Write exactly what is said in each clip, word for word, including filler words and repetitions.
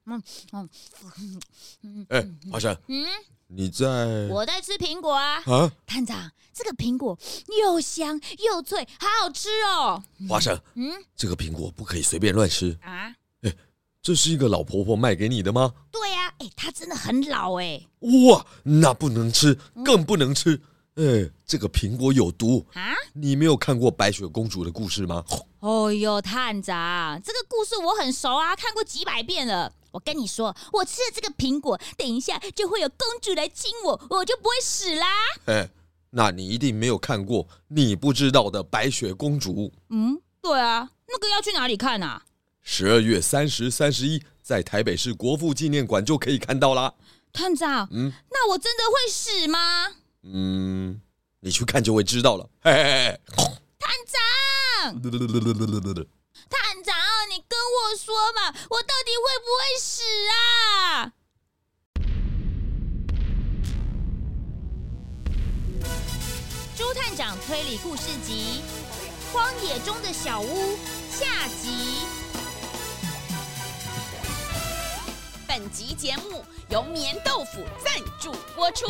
嗯嗯。哎，华生，嗯，你在？ 我在吃苹果啊。 啊， 探长，这个苹果又香又脆，好好吃哦。 华生，嗯，这个苹果不可以随便乱吃啊。哎，这是一个老婆婆卖给你的吗？ 对呀、啊，哎，她真的很老哎。 哇，那不能吃，更不能吃。哎，这个苹果有毒啊！你没有看过白雪公主的故事吗？ 哦呦，探长，这个故事我很熟啊，看过几百遍了。我跟你说，我吃了这个苹果，等一下就会有公主来亲我，我就不会死啦。 哎，那你一定没有看过你不知道的白雪公主。 嗯，对啊，那个要去哪里看啊？ 十二月三十、三十一，在台北市国父纪念馆就可以看到啦。 探长，嗯，那我真的会死吗？ 嗯，你去看就会知道了。嘿嘿嘿， 探长，探长，你跟我说嘛，我到底会不会死啊？朱探长推理故事集《荒野中的小屋》下集。 本集节目由棉豆腐赞助播出。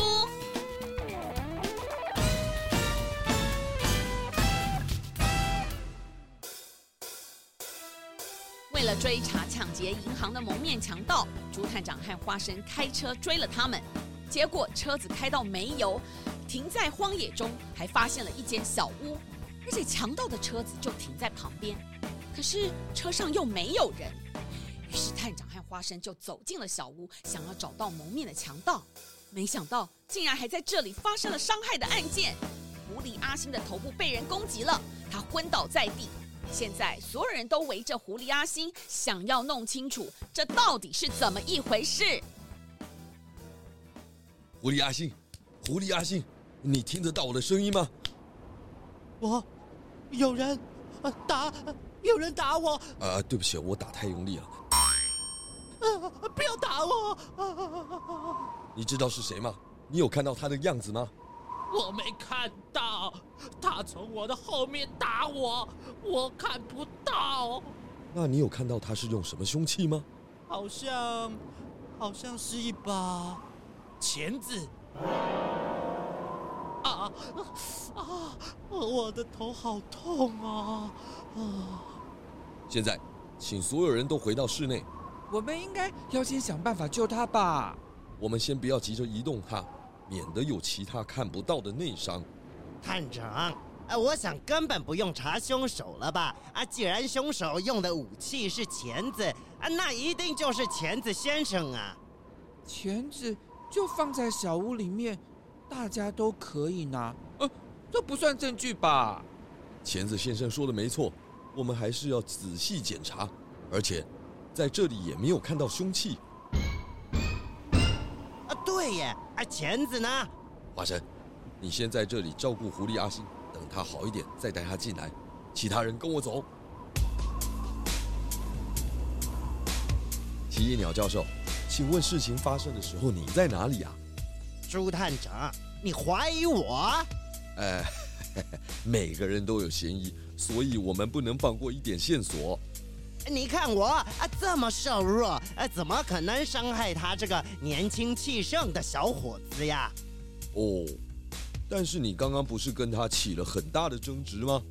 为了追查抢劫银行的蒙面强盗，朱探长和花生开车追了他们。结果车子开到没油，停在荒野中，还发现了一间小屋，而且强盗的车子就停在旁边。可是车上又没有人，于是探长和花生就走进了小屋，想要找到蒙面的强盗。没想到竟然还在这里发生了伤害的案件。狐狸阿星的头部被人攻击了，他昏倒在地。现在所有人都围着狐狸阿星，想要弄清楚这到底是怎么一回事。 狐狸阿星，狐狸阿星，你听得到我的声音吗？ 我有人打，有人打我。 啊，对不起，我打太用力了。 啊，不要打我！ 你知道是谁吗？你有看到他的样子吗？ 我没看到，他从我的后面打我，我看不到。 那你有看到他是用什么凶器吗？ 好像，好像是一把钳子。啊啊！我的头好痛啊！啊！ 现在，请所有人都回到室内。 我们应该要先想办法救他吧。 我们先不要急着移动他，免得有其他看不到的内伤。 探长，啊，我想根本不用查凶手了吧？啊，既然凶手用的武器是钳子，啊，那一定就是钳子先生啊。 钳子就放在小屋里面，大家都可以拿。呃，这不算证据吧？ 钳子先生说的没错，我们还是要仔细检查，而且在这里也没有看到凶器。 啊，对耶！啊，钳子呢？ 花生，你先在这里照顾狐狸阿星，等他好一点再带他进来。其他人跟我走。奇异鸟教授，请问事情发生的时候你在哪里啊？ 朱探长，你怀疑我？ 哎，每个人都有嫌疑，所以我们不能放过一点线索。 你看我啊，这么瘦弱，啊，怎么可能伤害他这个年轻气盛的小伙子呀？ 哦，但是你刚刚不是跟他起了很大的争执吗？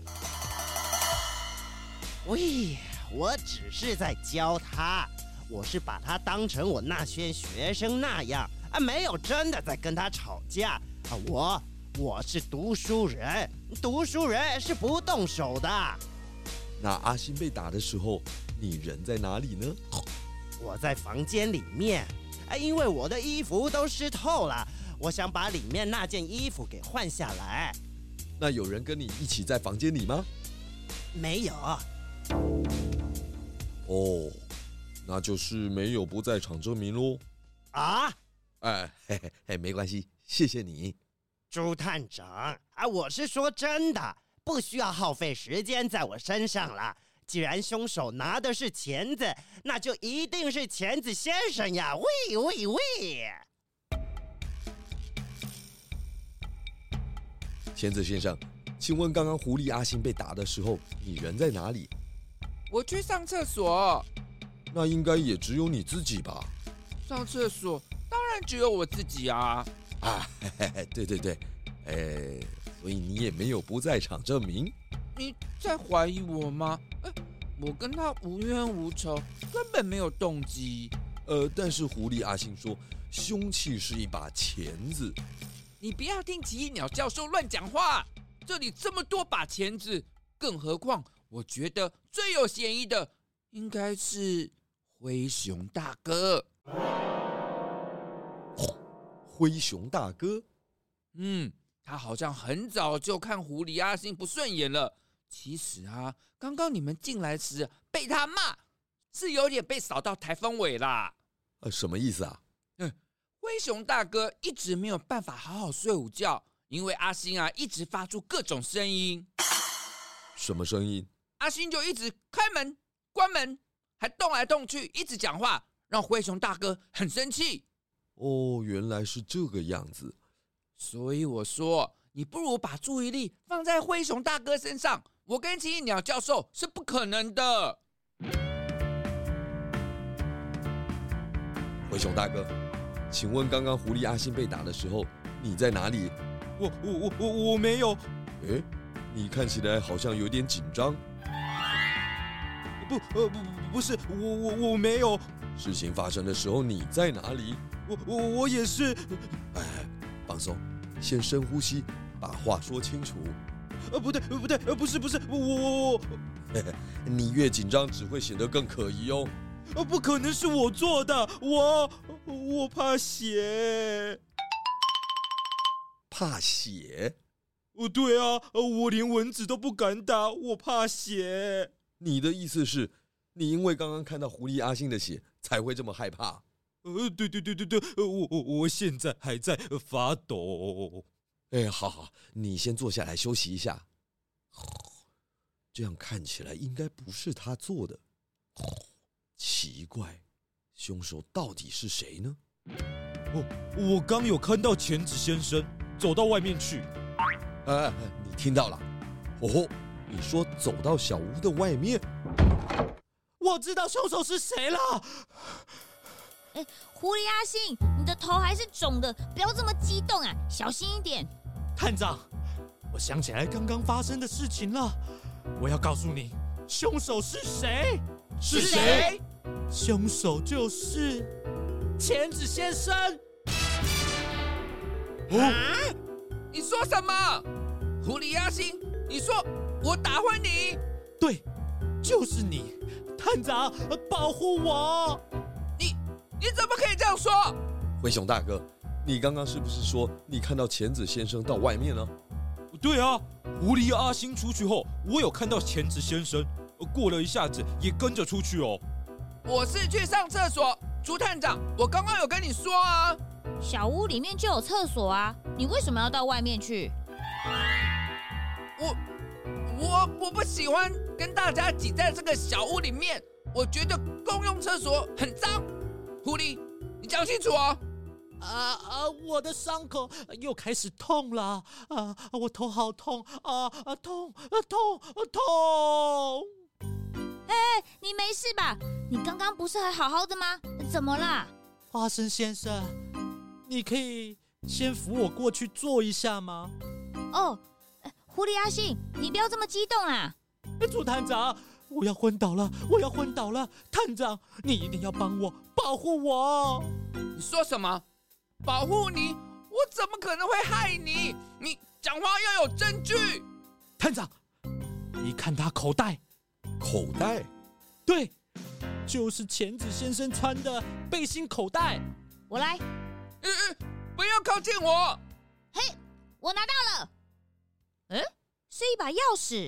喂，我只是在教他，我是把他当成我那些学生那样啊，没有真的在跟他吵架啊。我我是读书人，读书人是不动手的。 那阿星被打的时候，你人在哪里呢？ 我在房间里面，因为我的衣服都湿透了，我想把里面那件衣服给换下来。 那有人跟你一起在房间里吗？ 没有。 哦，那就是没有不在场证明咯。 啊？ 哎，嘿嘿嘿，没关系，谢谢你， 朱探长啊，我是说真的。不需要耗费时间在我身上了。既然凶手拿的是钳子，那就一定是钳子先生呀！喂喂喂！ 钳子先生，请问刚刚狐狸阿星被打的时候，你人在哪里？ 我去上厕所。 那应该也只有你自己吧？ 上厕所当然只有我自己啊！ 啊，嘿嘿嘿，对对对，哎，所以你也没有不在场证明？ 你在怀疑我吗？哎，我跟他无冤无仇，根本没有动机。 呃，但是狐狸阿信说，凶器是一把钳子。 你不要听奇异鸟教授乱讲话，这里这么多把钳子，更何况我觉得最有嫌疑的应该是灰熊大哥。 灰熊大哥？ 嗯，他好像很早就看狐狸阿信不顺眼了。其实啊，刚刚你们进来时被他骂，是有点被扫到台风尾啦。 呃，什么意思啊？ 嗯，灰熊大哥一直没有办法好好睡午觉，因为阿星啊一直发出各种声音。 什么声音？ 阿星就一直开门、关门，还动来动去，一直讲话，让灰熊大哥很生气。 哦，原来是这个样子。 所以我说，你不如把注意力放在灰熊大哥身上。我跟奇异鸟教授是不可能的。 灰熊大哥，请问刚刚狐狸阿信被打的时候，你在哪里？ 我我我我我没有。 诶，你看起来好像有点紧张。 不呃不不是，我我我没有。 事情发生的时候你在哪里？ 我我我也是。 哎，放松，先深呼吸，把话说清楚。 呃，不对，不对，呃，不是，不是，我我我， 你越紧张只会显得更可疑哦。 呃，不可能是我做的，我我怕血。 怕血？ 哦，对啊，我连蚊子都不敢打，我怕血。 你的意思是，你因为刚刚看到狐狸阿信的血，才会这么害怕？ 呃，对对对对对，我我我现在还在发抖。 哎，好好，你先坐下来休息一下。这样看起来应该不是他做的。奇怪，凶手到底是谁呢？ 我我刚有看到钳子先生走到外面去。 哎，你听到了？哦，你说走到小屋的外面？ 我知道凶手是谁了。 哎，狐狸阿信，你的头还是肿的，不要这么激动啊，小心一点。 探长，我想起来刚刚发生的事情了，我要告诉你，凶手是谁？ 是谁？ 凶手就是钳子先生。 啊！你说什么？狐狸阿信，你说我打昏你？ 对，就是你，探长，保护我！ 你你怎么可以这样说？ 灰熊大哥，你刚刚是不是说你看到钳子先生到外面了？ 对啊，狐狸阿星出去后，我有看到钳子先生，过了一下子也跟着出去哦。 我是去上厕所，朱探长，我刚刚有跟你说啊。 小屋里面就有厕所啊，你为什么要到外面去？ 我我我不喜欢跟大家挤在这个小屋里面，我觉得公用厕所很脏。狐狸，你讲清楚哦。 啊啊！我的伤口又开始痛了啊！我头好痛啊啊！痛啊痛啊痛！ 哎，你没事吧？你刚刚不是还好好的吗？怎么啦？ 花生先生，你可以先扶我过去坐一下吗？ 哦，狐狸阿信，你不要这么激动啊！ 朱探长，我要昏倒了，我要昏倒了！探长，你一定要帮我保护我！ 你说什么？保护你？我怎么可能会害你？你讲话要有证据。 探长，你看他口袋， 口袋？ 对，就是钳子先生穿的背心口袋。 我来。 嗯嗯，不要靠近我！ 嘿，我拿到了。嗯，是一把钥匙。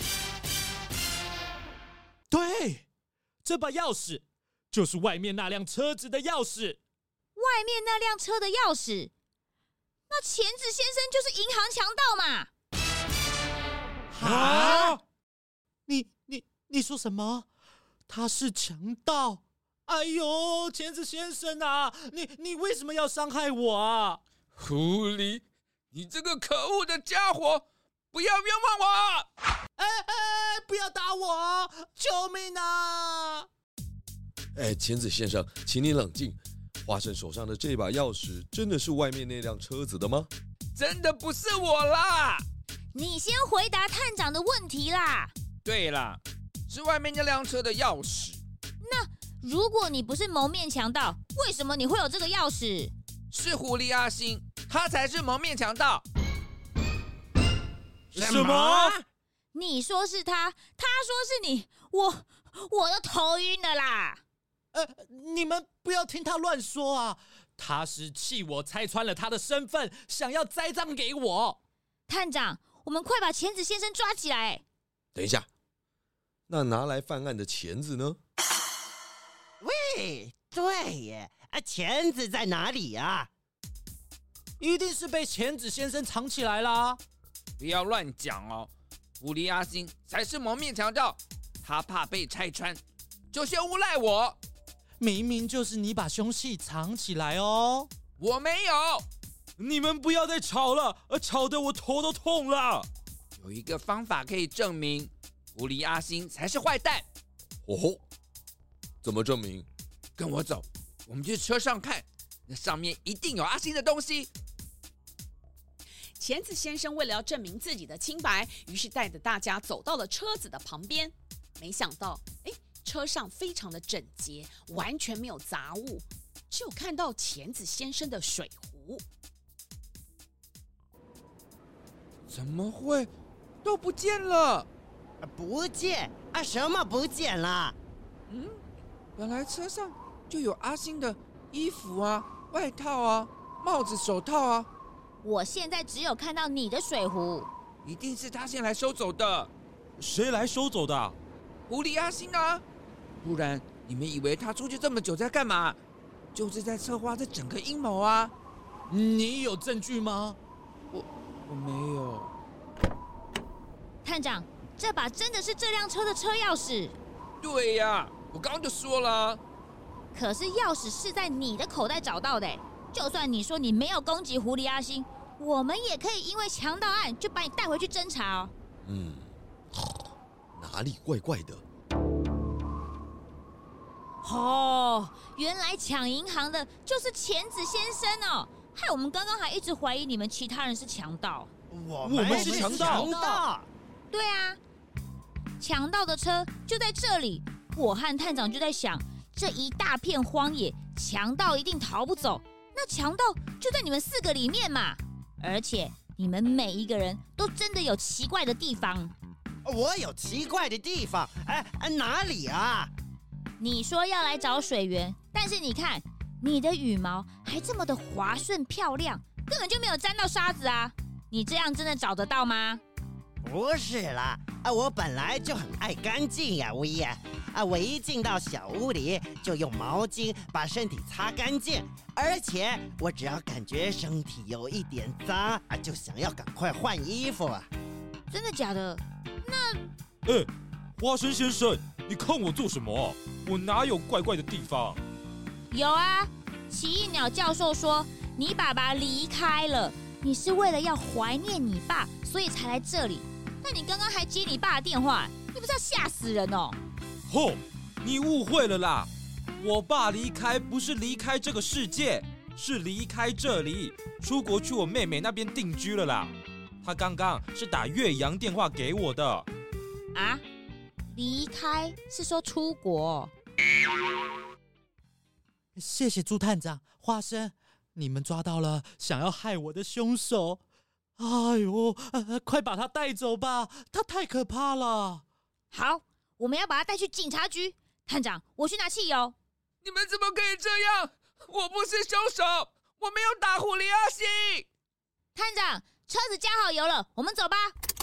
对，这把钥匙就是外面那辆车子的钥匙。 外面那辆车的钥匙，那钳子先生就是银行强盗嘛？ 啊！你你你说什么？他是强盗？哎呦，钳子先生啊，你你为什么要伤害我啊？ 狐狸，你这个可恶的家伙，不要冤枉我！ 哎哎，不要打我！救命啊！ 哎，钳子先生，请你冷静。花生手上的这把钥匙真的是外面那辆车子的吗？ 真的不是我啦！ 你先回答探长的问题啦。 对啦，是外面那辆车的钥匙。 那如果你不是蒙面强盗，为什么你会有这个钥匙？ 是狐狸阿星，他才是蒙面强盗。 什么？ 你说是他，他说是你，我我都头晕了啦！ 呃，你们不要听他乱说啊！他是气我拆穿了他的身份，想要栽赃给我。 探长，我们快把钳子先生抓起来！ 等一下，那拿来犯案的钳子呢？ 喂，对耶，啊，钳子在哪里呀？ 一定是被钳子先生藏起来啦！ 不要乱讲哦，狐狸阿星才是蒙面强盗，他怕被拆穿，就先诬赖我。 明明就是你把凶器藏起来哦！ 我没有， 你们不要再吵了，吵得我头都痛了。 有一个方法可以证明狐狸阿星才是坏蛋。 哦吼，怎么证明？ 跟我走，我们去车上看，那上面一定有阿星的东西。 钳子先生为了要证明自己的清白，于是带着大家走到了车子的旁边。没想到，哎，车上非常的整洁，完全没有杂物，只有看到钳子先生的水壶。 怎么会？都不见了？ 不见啊？什么不见了？ 嗯，本来车上就有阿星的衣服啊、外套啊、帽子、手套啊。 我现在只有看到你的水壶， 一定是他先来收走的。 谁来收走的？ 狐狸阿星啊！不然你们以为他出去这么久在干嘛？就是在策划这整个阴谋啊！ 你有证据吗？ 我我没有。 探长，这把真的是这辆车的车钥匙。 对呀，我刚刚就说了。 可是钥匙是在你的口袋找到的，就算你说你没有攻击狐狸阿星，我们也可以因为强盗案就把你带回去侦查哦。 嗯，哪里怪怪的？ 哦，原来抢银行的就是钳子先生哦，害我们刚刚还一直怀疑你们其他人是强盗。 我我们是强盗强盗。 对啊，强盗的车就在这里。我和探长就在想，这一大片荒野，强盗一定逃不走。那强盗就在你们四个里面嘛。而且你们每一个人都真的有奇怪的地方。 我有奇怪的地方？哎哎，哪里啊？ 你说要来找水源，但是你看你的羽毛还这么的滑顺漂亮，根本就没有沾到沙子啊！你这样真的找得到吗？ 不是啦，啊，我本来就很爱干净呀，威呀！啊，我一进到小屋里就用毛巾把身体擦干净，而且我只要感觉身体有一点脏啊，就想要赶快换衣服啊！ 真的假的？那…… 哎，花生先生，你看我做什么？我哪有怪怪的地方？ 有啊，奇异鸟教授说你爸爸离开了，你是为了要怀念你爸，所以才来这里。那你刚刚还接你爸的电话，你不是要吓死人哦？ 吼，你误会了啦！我爸离开不是离开这个世界，是离开这里，出国去我妹妹那边定居了啦。他刚刚是打越洋电话给我的。 啊？离开是说出国？ 谢谢朱探长，花生，你们抓到了想要害我的凶手。哎呦，呃，快把他带走吧，他太可怕了。 好，我们要把他带去警察局。探长，我去拿汽油。 你们怎么可以这样？我不是凶手，我没有打狐狸阿星。 探长，车子加好油了，我们走吧。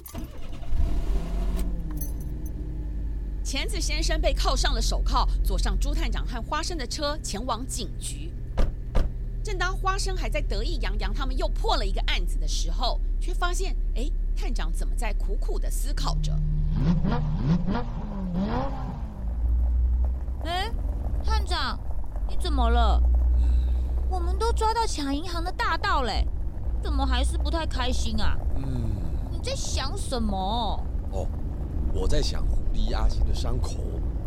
钳子先生被铐上了手铐，坐上朱探长和花生的车，前往警局。正当花生还在得意洋洋他们又破了一个案子的时候，却发现，哎，探长怎么在苦苦的思考着？ 哎，探长，你怎么了？我们都抓到抢银行的大盗嘞，怎么还是不太开心啊？ 嗯， 你在想什么？ 哦，我在想狐狸阿星的伤口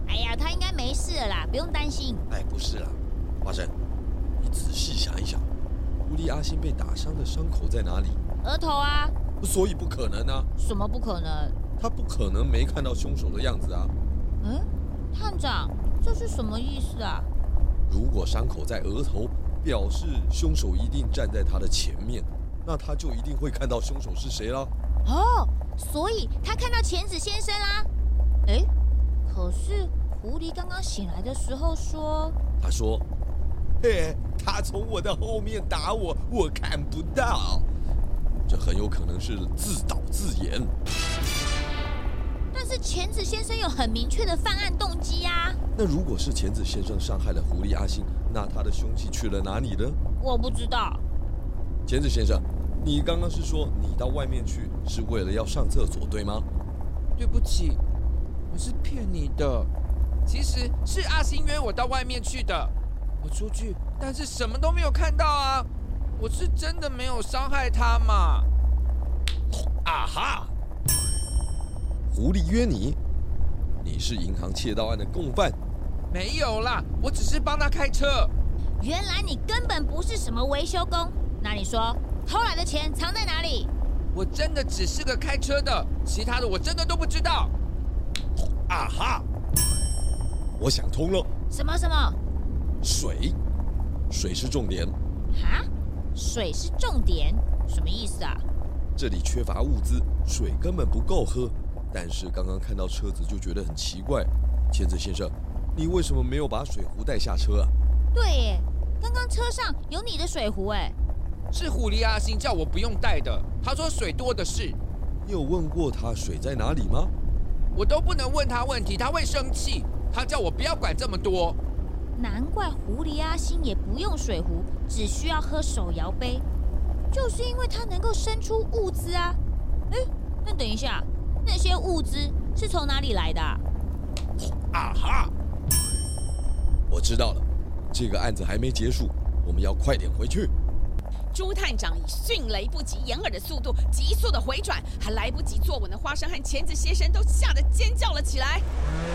哎呀，他应该没事了啦，不用担心。 哎，不是啦，花生，你仔细想一想，狐狸阿星被打伤的伤口在哪里？ 额头啊。 所以不可能啊。 什么不可能？ 他不可能没看到凶手的样子啊。 嗯，探长，这是什么意思啊？ 如果伤口在额头，表示凶手一定站在他的前面，那他就一定会看到凶手是谁了。 哦，所以他看到钳子先生啦。哎，可是狐狸刚刚醒来的时候说， 他说：“嘿，他从我的后面打我，我看不到。”这很有可能是自导自演。 但是钳子先生有很明确的犯案动机呀、啊。 那如果是钳子先生伤害了狐狸阿星，那他的凶器去了哪里呢？ 我不知道。 钳子先生，你刚刚是说你到外面去是为了要上厕所，对吗？ 对不起，我是骗你的。其实是阿星约我到外面去的。我出去，但是什么都没有看到啊。我是真的没有伤害他嘛。 啊哈！狐狸约你，你是银行窃盗案的共犯。 没有啦，我只是帮他开车。 原来你根本不是什么维修工。那你说偷来的钱藏在哪里？ 我真的只是个开车的，其他的我真的都不知道。 啊哈！我想通了。 什么什么？ 水，水是重点。 哈？水是重点？什么意思啊？ 这里缺乏物资，水根本不够喝。但是刚刚看到车子就觉得很奇怪。钳子先生，你为什么没有把水壶带下车啊？ 对耶，刚刚车上有你的水壶哎。 是狐狸阿星叫我不用带的，他说水多的是。 你有问过他水在哪里吗？ 我都不能问他问题，他会生气。他叫我不要管这么多。 难怪狐狸阿星也不用水壶，只需要喝手摇杯，就是因为他能够生出物资啊。哎，那等一下，那些物资是从哪里来的啊？ 啊哈！我知道了，这个案子还没结束，我们要快点回去。 朱探长以迅雷不及掩耳的速度急速的回转，还来不及坐稳的花生和钳子先生都吓得尖叫了起来。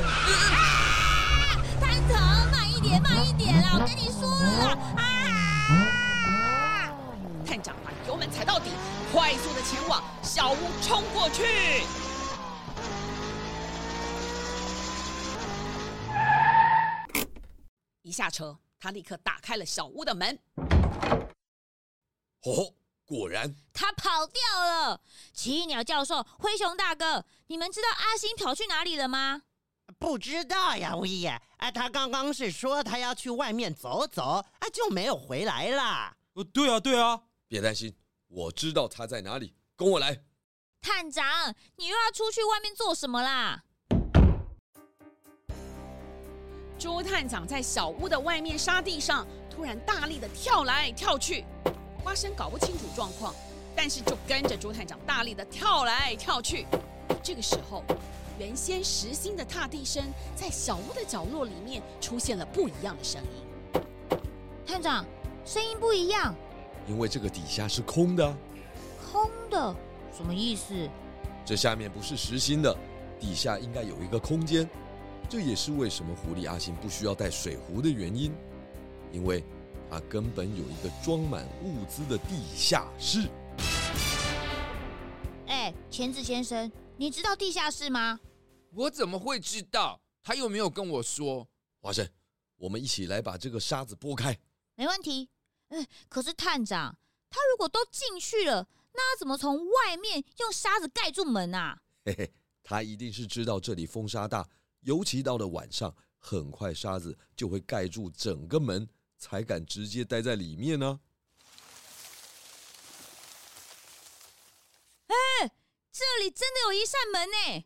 啊！探长，慢一点，慢一点啦！我跟你说了啦！啊！ 探长把油门踩到底，快速的前往小屋冲过去。一下车，他立刻打开了小屋的门。 哦，果然他跑掉了。奇异鸟教授、灰熊大哥，你们知道阿星跑去哪里了吗？ 不知道呀，威爷。啊，他刚刚是说他要去外面走走，啊，就没有回来啦。 呃，对啊，对啊。 别担心，我知道他在哪里，跟我来。 探长，你又要出去外面做什么啦？ 朱探长在小屋的外面沙地上突然大力的跳来跳去。花生搞不清楚状况，但是就跟着朱探长大力的跳来跳去。这个时候，原先实心的踏地声在小屋的角落里面出现了不一样的声音。 探长，声音不一样， 因为这个底下是空的。 空的？什么意思？ 这下面不是实心的，底下应该有一个空间。这也是为什么狐狸阿星不需要带水壶的原因，因为它根本有一个装满物资的地下室。 哎，钳子先生，你知道地下室吗？ 我怎么会知道？他又没有跟我说。 华生，我们一起来把这个沙子拨开。 没问题。嗯，可是探长，他如果都进去了，那他怎么从外面用沙子盖住门啊？ 嘿嘿，他一定是知道这里风沙大，尤其到了晚上，很快沙子就会盖住整个门，才敢直接待在里面呢。 哎，这里真的有一扇门呢！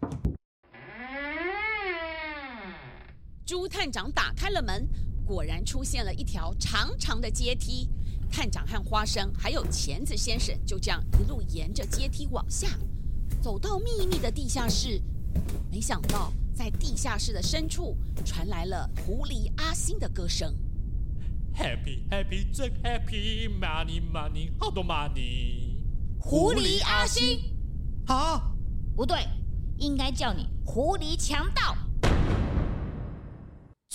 朱探长打开了门，果然出现了一条长长的阶梯。探长和花生还有钳子先生就这样一路沿着阶梯往下，走到秘密的地下室。没想到，在地下室的深处传来了狐狸阿星的歌声。 Happy Happy 真 Happy Money Money 好多 Money。 狐狸阿星？ 啊？ 不对，应该叫你狐狸强盗。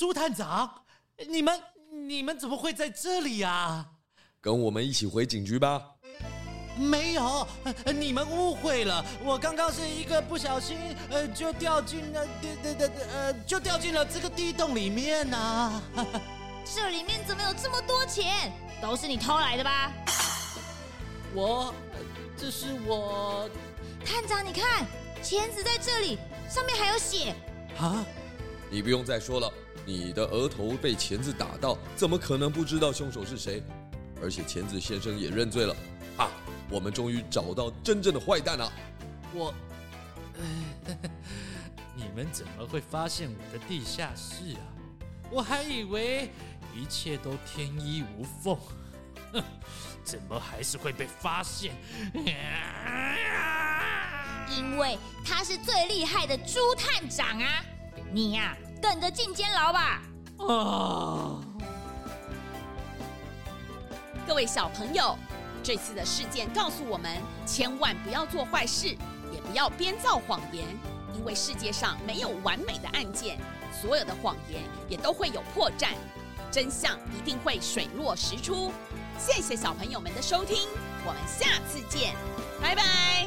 朱探长，你们你们怎么会在这里啊？ 跟我们一起回警局吧。 没有，你们误会了。我刚刚是一个不小心，呃，就掉进了，呃，就掉进了这个地洞里面啊。 这里面怎么有这么多钱？都是你偷来的吧？ 我，这是我。 探长，你看，钳子在这里，上面还有血。 啊！ 你不用再说了，你的额头被钳子打到，怎么可能不知道凶手是谁？而且钳子先生也认罪了。啊！我们终于找到真正的坏蛋了。 我，呃，你们怎么会发现我的地下室啊？我还以为一切都天衣无缝，哼，怎么还是会被发现？ 因为他是最厉害的朱探长啊！你呀、啊，等着进监牢吧！ 啊！ 各位小朋友，这次的事件告诉我们，千万不要做坏事，也不要编造谎言，因为世界上没有完美的案件，所有的谎言也都会有破绽，真相一定会水落石出。谢谢小朋友们的收听，我们下次见，拜拜。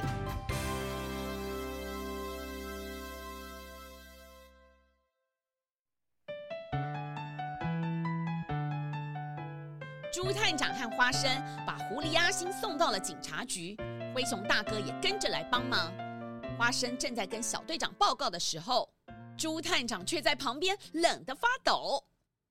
朱探长和花生把狐狸阿星送到了警察局，灰熊大哥也跟着来帮忙。花生正在跟小队长报告的时候，朱探长却在旁边冷得发抖。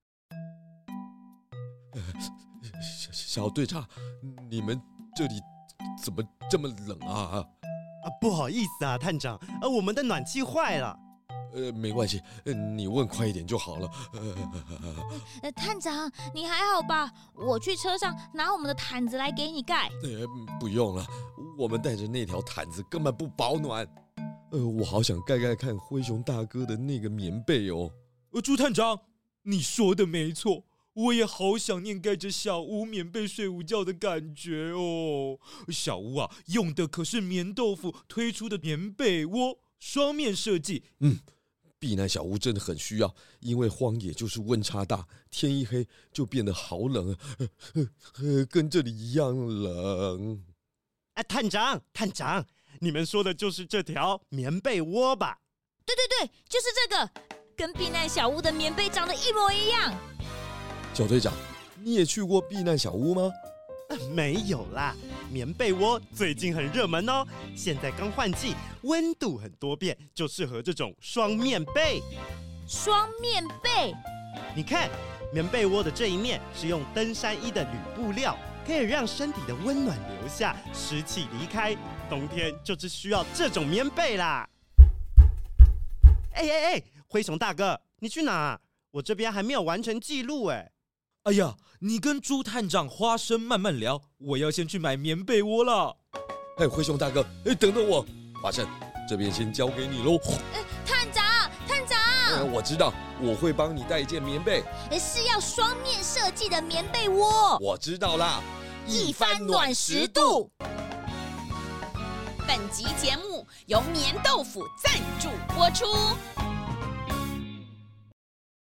小小队长，你们这里怎么这么冷啊？ 啊，不好意思啊，探长，啊，我们的暖气坏了。 呃，没关系，你问快一点就好了。 呃，探长，你还好吧？我去车上拿我们的毯子来给你盖。 呃，不用了，我们带着那条毯子根本不保暖。呃，我好想盖盖看灰熊大哥的那个棉被哦。 呃，朱探长，你说的没错，我也好想念盖着小屋棉被睡午觉的感觉哦。小屋啊，用的可是棉豆腐推出的棉被窝，双面设计。 嗯。避难小屋真的很需要，因为荒野就是温差大，天一黑就变得好冷，呃呃、跟这里一样冷。 哎，探长，探长，你们说的就是这条棉被窝吧？ 对对对，就是这个，跟避难小屋的棉被长得一模一样。 小队长，你也去过避难小屋吗？ 没有啦，棉被窝最近很热门哦，现在刚换季，温度很多变，就适合这种双面被。 双面被， 你看，棉被窝的这一面是用登山衣的铝布料，可以让身体的温暖留下，湿气离开。冬天就只需要这种棉被啦。哎哎哎，灰熊大哥，你去哪？我这边还没有完成记录哎。 哎呀，你跟朱探长、花生慢慢聊，我要先去买棉被窝了。 哎，灰熊大哥，哎，等等我，花生，这边先交给你喽。 呃，探长，探长， 呃，我知道，我会帮你带一件棉被， 是要双面设计的棉被窝。 我知道啦， 一番暖十度。 本集节目由棉豆腐赞助播出。